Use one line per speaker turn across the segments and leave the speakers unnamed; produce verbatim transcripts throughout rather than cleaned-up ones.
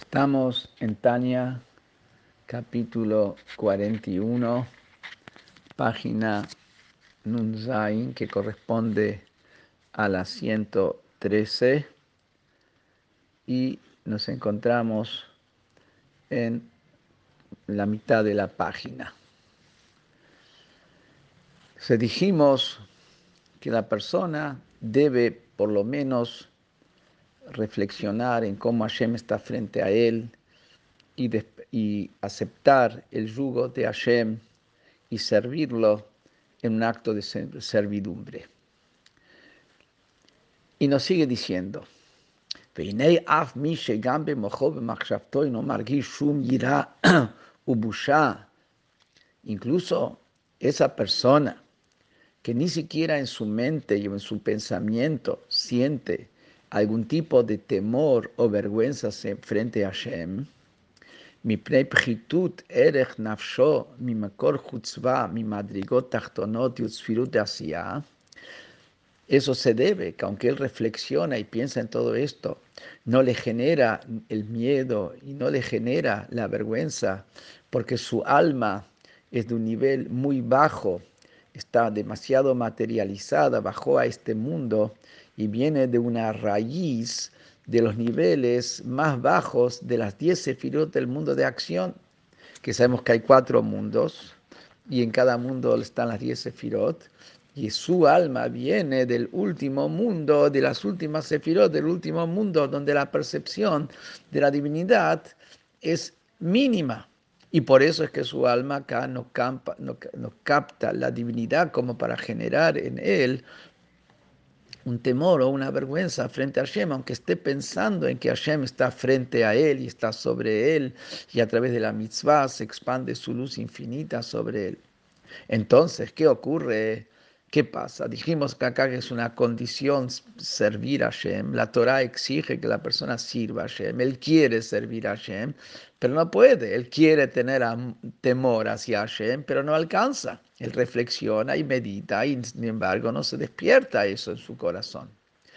Estamos en Tania, capítulo cuarenta y uno, página Nun Zain, que corresponde a la ciento trece, y nos encontramos en la mitad de la página. Se dijimos que la persona debe por lo menos reflexionar en cómo Hashem está frente a él y, de, y aceptar el yugo de Hashem y servirlo en un acto de servidumbre. Y nos sigue diciendo, incluso esa persona que ni siquiera en su mente y en su pensamiento siente algún tipo de temor o vergüenza frente a Hashem, מפני פחיתות ערך נפשו ממקור חוצבה ממדרגות תחתונות וצפירות עשייה. Eso se debe que aunque él reflexiona y piensa en todo esto, no le genera el miedo y no le genera la vergüenza, porque su alma es de un nivel muy bajo, está demasiado materializada, bajó a este mundo y viene de una raíz de los niveles más bajos de las diez sefirot del mundo de acción, que sabemos que hay cuatro mundos, y en cada mundo están las diez sefirot, y su alma viene del último mundo, de las últimas sefirot, del último mundo, donde la percepción de la divinidad es mínima. Y por eso es que su alma acá no, campa, no, no capta la divinidad como para generar en él un temor o una vergüenza frente a Hashem, aunque esté pensando en que Hashem está frente a él y está sobre él, y a través de la mitzvah se expande su luz infinita sobre él. Entonces, ¿qué ocurre? ¿Qué pasa? Dijimos que acá es una condición servir a Hashem. La Torah exige que la persona sirva a Hashem. Él quiere servir a Hashem, pero no puede. Él quiere tener temor hacia Hashem, pero no alcanza. Él reflexiona y medita y, sin embargo, no se despierta eso en su corazón.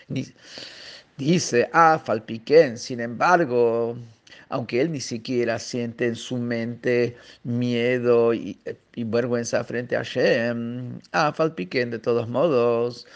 Dice, ah, falpiquén, sin embargo, aunque él ni siquiera siente en su mente miedo y, y vergüenza frente a Hashem, ah, falpiquén, de todos modos,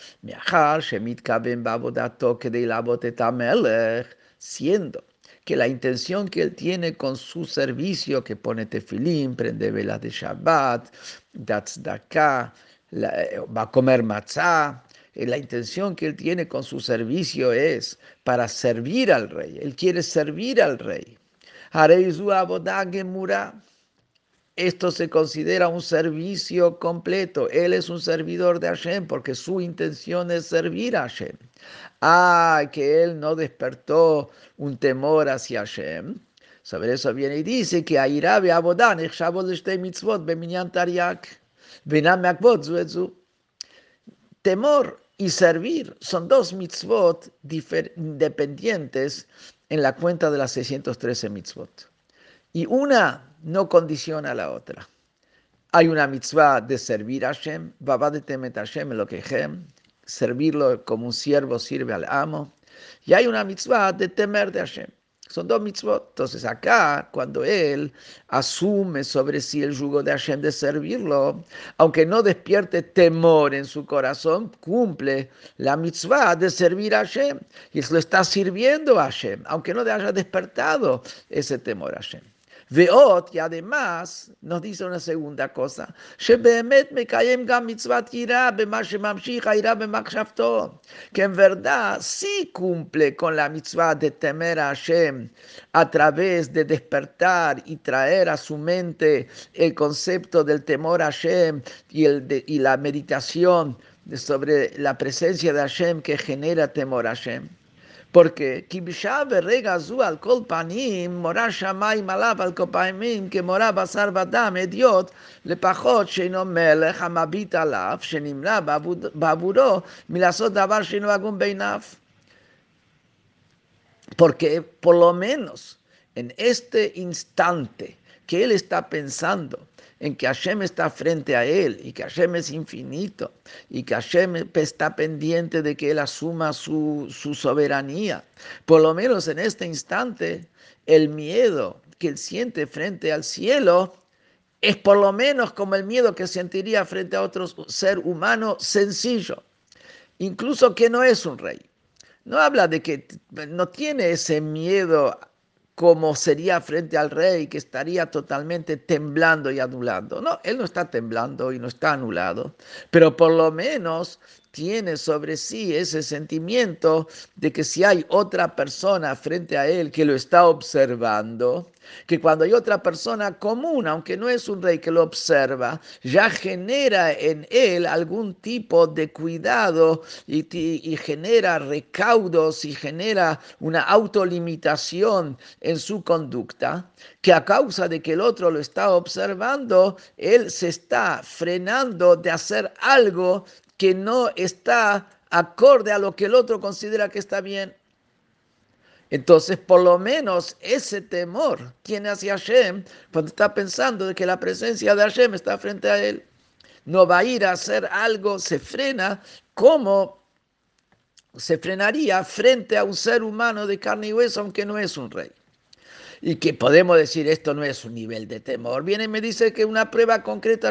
siendo que la intención que él tiene con su servicio, que pone tefilín, prende velas de Shabbat, da tzedakah, va a comer matzah, la intención que él tiene con su servicio es para servir al rey. Él quiere servir al rey. Esto se considera un servicio completo. Él es un servidor de Hashem porque su intención es servir a Hashem. Ah, que él no despertó un temor hacia Hashem. Sobre eso viene y dice que Airá ve'avodah nechshavot l'shtei mitzvot beminyan tariak ve'inam me'akvot zu et zu. Temor y servir son dos mitzvot independientes en la cuenta de las seiscientos trece mitzvot. Y una no condiciona a la otra. Hay una mitzvah de servir a Hashem, vabadetemet Hashem Elokechem, servirlo como un siervo sirve al amo. Y hay una mitzvah de temer de Hashem. Son dos mitzvot. Entonces acá, cuando él asume sobre sí el yugo de Hashem de servirlo, aunque no despierte temor en su corazón, cumple la mitzvah de servir a Hashem. Y lo está sirviendo a Hashem, aunque no haya despertado ese temor a Hashem. Veot, y además nos dice una segunda cosa, que en verdad sí cumple con la mitzvah de temer a Hashem a través de despertar y traer a su mente el concepto del temor a Hashem y, el de, y la meditación sobre la presencia de Hashem que genera temor a Hashem. Porque כבשה ברגע זו על כל פנים מורה שמיים עליו על כל פעמים כמורה בשר ודם אדיוט לפחות שאינו מלך המביט עליו שנמנע בעבורו מלעשות דבר שאינו הגון בעיניו. Porque por lo menos en este instante que él está pensando en que Hashem está frente a él y que Hashem es infinito y que Hashem está pendiente de que él asuma su, su soberanía, por lo menos en este instante, el miedo que él siente frente al cielo es por lo menos como el miedo que sentiría frente a otro ser humano sencillo, incluso que no es un rey. No habla de que no tiene ese miedo como sería frente al rey, que estaría totalmente temblando y anulando. No, él no está temblando y no está anulado, pero por lo menos tiene sobre sí ese sentimiento de que si hay otra persona frente a él que lo está observando, que cuando hay otra persona común, aunque no es un rey que lo observa, ya genera en él algún tipo de cuidado y, y, y genera recaudos y genera una autolimitación en su conducta, que a causa de que el otro lo está observando, él se está frenando de hacer algo que no está acorde a lo que el otro considera que está bien. Entonces, por lo menos ese temor tiene hacia Hashem cuando está pensando de que la presencia de Hashem está frente a él. No va a ir a hacer algo, se frena como se frenaría frente a un ser humano de carne y hueso, aunque no es un rey. Y que podemos decir, esto no es un nivel de temor. Viene y me dice que una prueba concreta,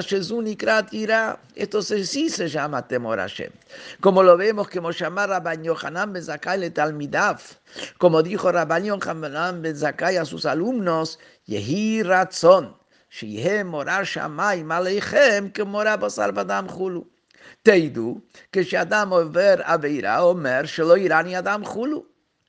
esto sí se llama temor a Hashem. Como lo vemos, como llamar Rabban Yohanan ben Zakkai le Talmidav, como dijo Rabban Yohanan ben Zakkai a sus alumnos, Yehi Ratzon, שיהיה מורא שמיים עליכם כמורא בשר ודם חולו. תדעו, כשאדם עובר עבירה, אומר שלא יראני אדם חולו.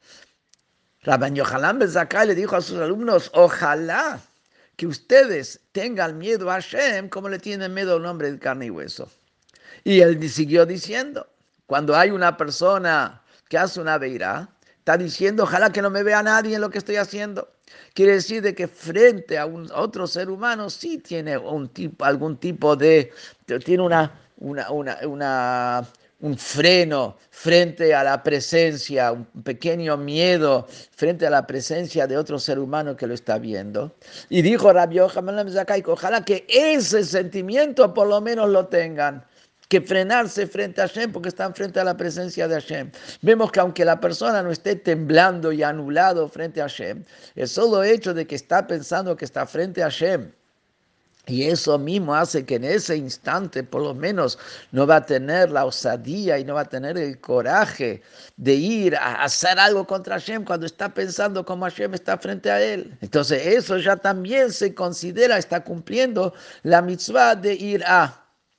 Rabban Yohanan ben Zakkai le dijo a sus alumnos, ojalá que ustedes tengan miedo a Hashem como le tienen miedo a un hombre de carne y hueso. Y él siguió diciendo, cuando hay una persona que hace una beirá, está diciendo, ojalá que no me vea nadie en lo que estoy haciendo. Quiere decir de que frente a, un, a otro ser humano sí tiene un tipo, algún tipo de, tiene una, una, una, una un freno frente a la presencia, un pequeño miedo frente a la presencia de otro ser humano que lo está viendo. Y dijo Rabbi Yohanan ben Zakkai, ojalá que ese sentimiento por lo menos lo tengan, que frenarse frente a Hashem porque están frente a la presencia de Hashem. Vemos que aunque la persona no esté temblando y anulado frente a Hashem, el solo hecho de que está pensando que está frente a Hashem, y eso mismo hace que en ese instante, por lo menos, no va a tener la osadía y no va a tener el coraje de ir a hacer algo contra Hashem cuando está pensando como Hashem está frente a él. Entonces eso ya también se considera, está cumpliendo la mitzvah de ir a.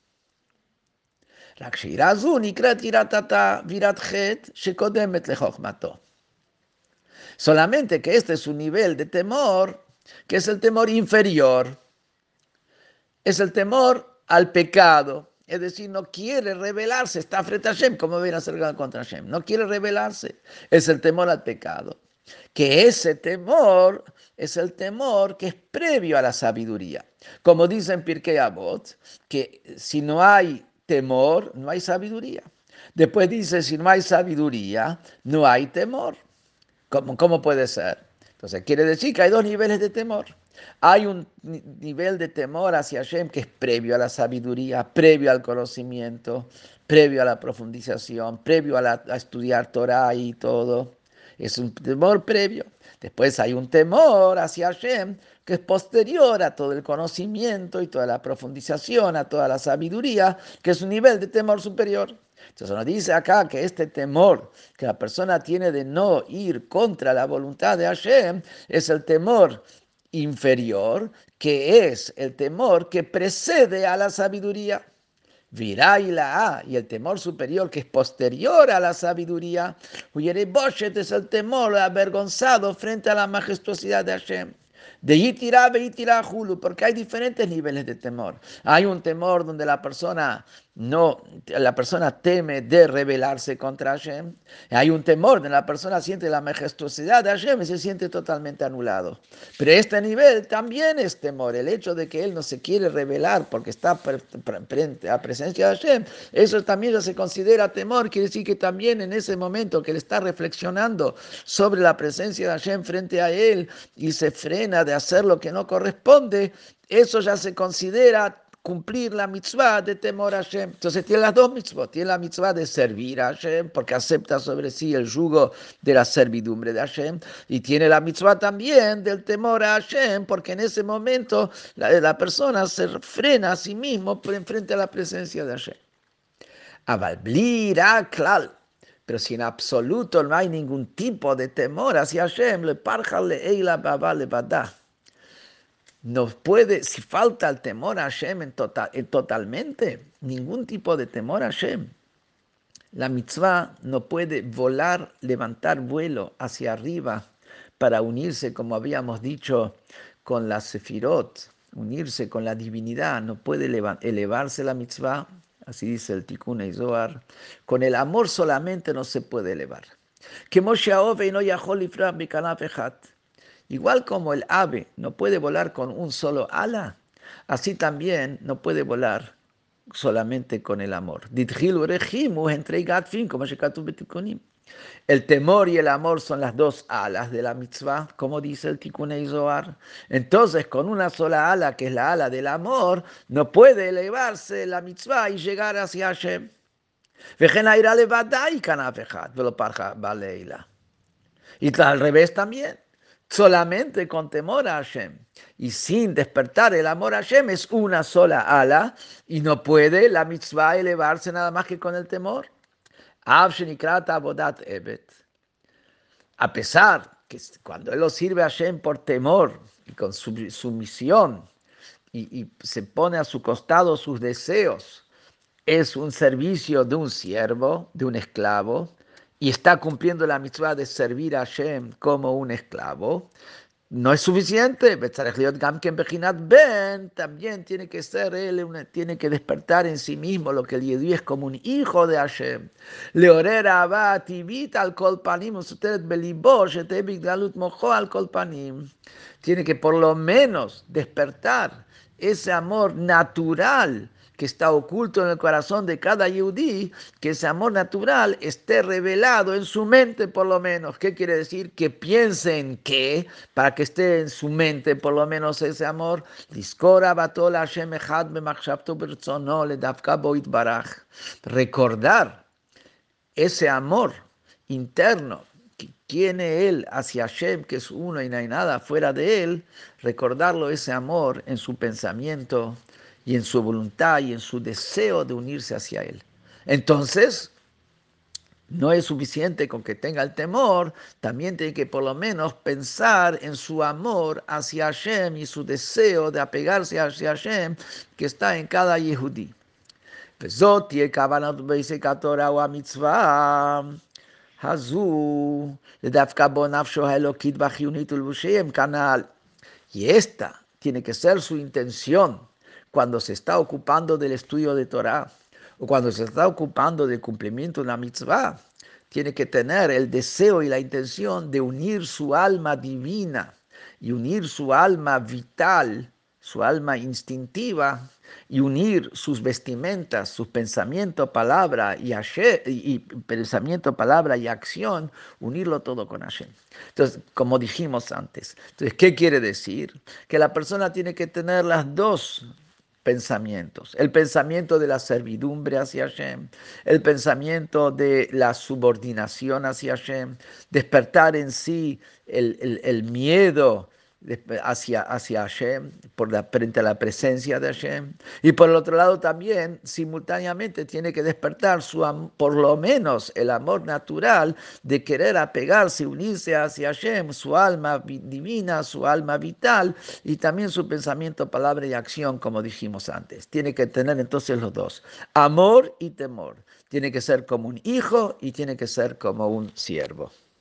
Solamente que este es un nivel de temor, que es el temor inferior. Es el temor al pecado, es decir, no quiere rebelarse, está frente a Hashem, como viene a hacer contra Hashem, no quiere rebelarse, es el temor al pecado, que ese temor es el temor que es previo a la sabiduría, como dice en Pirkei Avot, que si no hay temor, no hay sabiduría. Después dice, si no hay sabiduría, no hay temor. ¿Cómo, cómo puede ser? Entonces quiere decir que hay dos niveles de temor. Hay un nivel de temor hacia Hashem que es previo a la sabiduría, previo al conocimiento, previo a la profundización, previo a, la, a estudiar Torah y todo. Es un temor previo. Después hay un temor hacia Hashem que es posterior a todo el conocimiento y toda la profundización, a toda la sabiduría, que es un nivel de temor superior. Entonces nos dice acá que este temor que la persona tiene de no ir contra la voluntad de Hashem es el temor inferior, que es el temor que precede a la sabiduría. Virá y la A, y el temor superior que es posterior a la sabiduría, Uyeriboshet es el temor avergonzado frente a la majestuosidad de Hashem. De Yitirá, Yitirá, Hulu, porque hay diferentes niveles de temor. Hay un temor donde la persona no, la persona teme de rebelarse contra Hashem. Hay un temor, de la persona siente la majestuosidad de Hashem y se siente totalmente anulado. Pero este nivel también es temor, el hecho de que él no se quiere rebelar porque está frente a presencia de Hashem, eso también ya se considera temor, quiere decir que también en ese momento que él está reflexionando sobre la presencia de Hashem frente a él y se frena de hacer lo que no corresponde, eso ya se considera cumplir la mitzvah de temor a Hashem. Entonces tiene las dos mitzvot. Tiene la mitzvah de servir a Hashem, porque acepta sobre sí el yugo de la servidumbre de Hashem. Y tiene la mitzvah también del temor a Hashem, porque en ese momento la, la persona se frena a sí mismo frente a la presencia de Hashem. Aval bli ira klal. Pero si en absoluto no hay ningún tipo de temor hacia Hashem, le parja le eila baba le badá. No puede, si falta el temor a Hashem en total, en totalmente, ningún tipo de temor a Hashem, la mitzvah no puede volar, levantar vuelo hacia arriba para unirse, como habíamos dicho, con la sefirot, unirse con la divinidad, no puede elevarse la mitzvah, así dice el Tikkun Zohar, con el amor solamente no se puede elevar. Que Moshe Ove no yachol lifrach bekanaf echad. Igual como el ave no puede volar con un solo ala, así también no puede volar solamente con el amor. El temor y el amor son las dos alas de la mitzvah, como dice el Tikkun Zohar. Entonces, con una sola ala, que es la ala del amor, no puede elevarse la mitzvah y llegar hacia Hashem. Y al revés también. Solamente con temor a Hashem y sin despertar el amor a Hashem es una sola ala y no puede la mitzvah elevarse nada más que con el temor. A pesar que cuando él lo sirve a Hashem por temor y con su sumisión y, y se pone a su costado sus deseos, es un servicio de un siervo, de un esclavo, y está cumpliendo la mitzvah de servir a Hashem como un esclavo, no es suficiente. También tiene que ser él, tiene que despertar en sí mismo lo que el Yehudi es como un hijo de Hashem. Leorer avat tivit al kol panim usuteret belibo shetebik galut mojo al kol panim. Tiene que por lo menos despertar ese amor natural que está oculto en el corazón de cada Yehudí, que ese amor natural esté revelado en su mente por lo menos. ¿Qué quiere decir? Que piense en qué, para que esté en su mente por lo menos ese amor. Recordar ese amor interno que tiene él hacia Hashem, que es uno y no hay nada fuera de él, recordarlo ese amor en su pensamiento y en su voluntad y en su deseo de unirse hacia él. Entonces, no es suficiente con que tenga el temor, también tiene que por lo menos pensar en su amor hacia Hashem y su deseo de apegarse hacia Hashem que está en cada Yehudí. וזאת תהיה כוונת בייסק התורה או המצווה הזו, לדווקא בו נפשו האלוקית והחיונית ולבושיהם כנ"ל. Y esta tiene que ser su intención cuando se está ocupando del estudio de Torah o cuando se está ocupando del cumplimiento de la mitzvah. Tiene que tener el deseo y la intención de unir su alma divina y unir su alma vital, su alma instintiva, y unir sus vestimentas, sus pensamientos, palabra y, Hashem, y, y pensamiento, palabra y acción, unirlo todo con Hashem. Entonces, como dijimos antes, entonces, ¿qué quiere decir? Que la persona tiene que tener las dos pensamientos, el pensamiento de la servidumbre hacia Hashem, el pensamiento de la subordinación hacia Hashem, despertar en sí el, el, el miedo hacia, hacia Hashem, por la, frente a la presencia de Hashem, y por el otro lado también, simultáneamente, tiene que despertar su, por lo menos el amor natural de querer apegarse, unirse hacia Hashem, su alma divina, su alma vital, y también su pensamiento, palabra y acción, como dijimos antes. Tiene que tener entonces los dos, amor y temor. Tiene que ser como un hijo y tiene que ser como un siervo.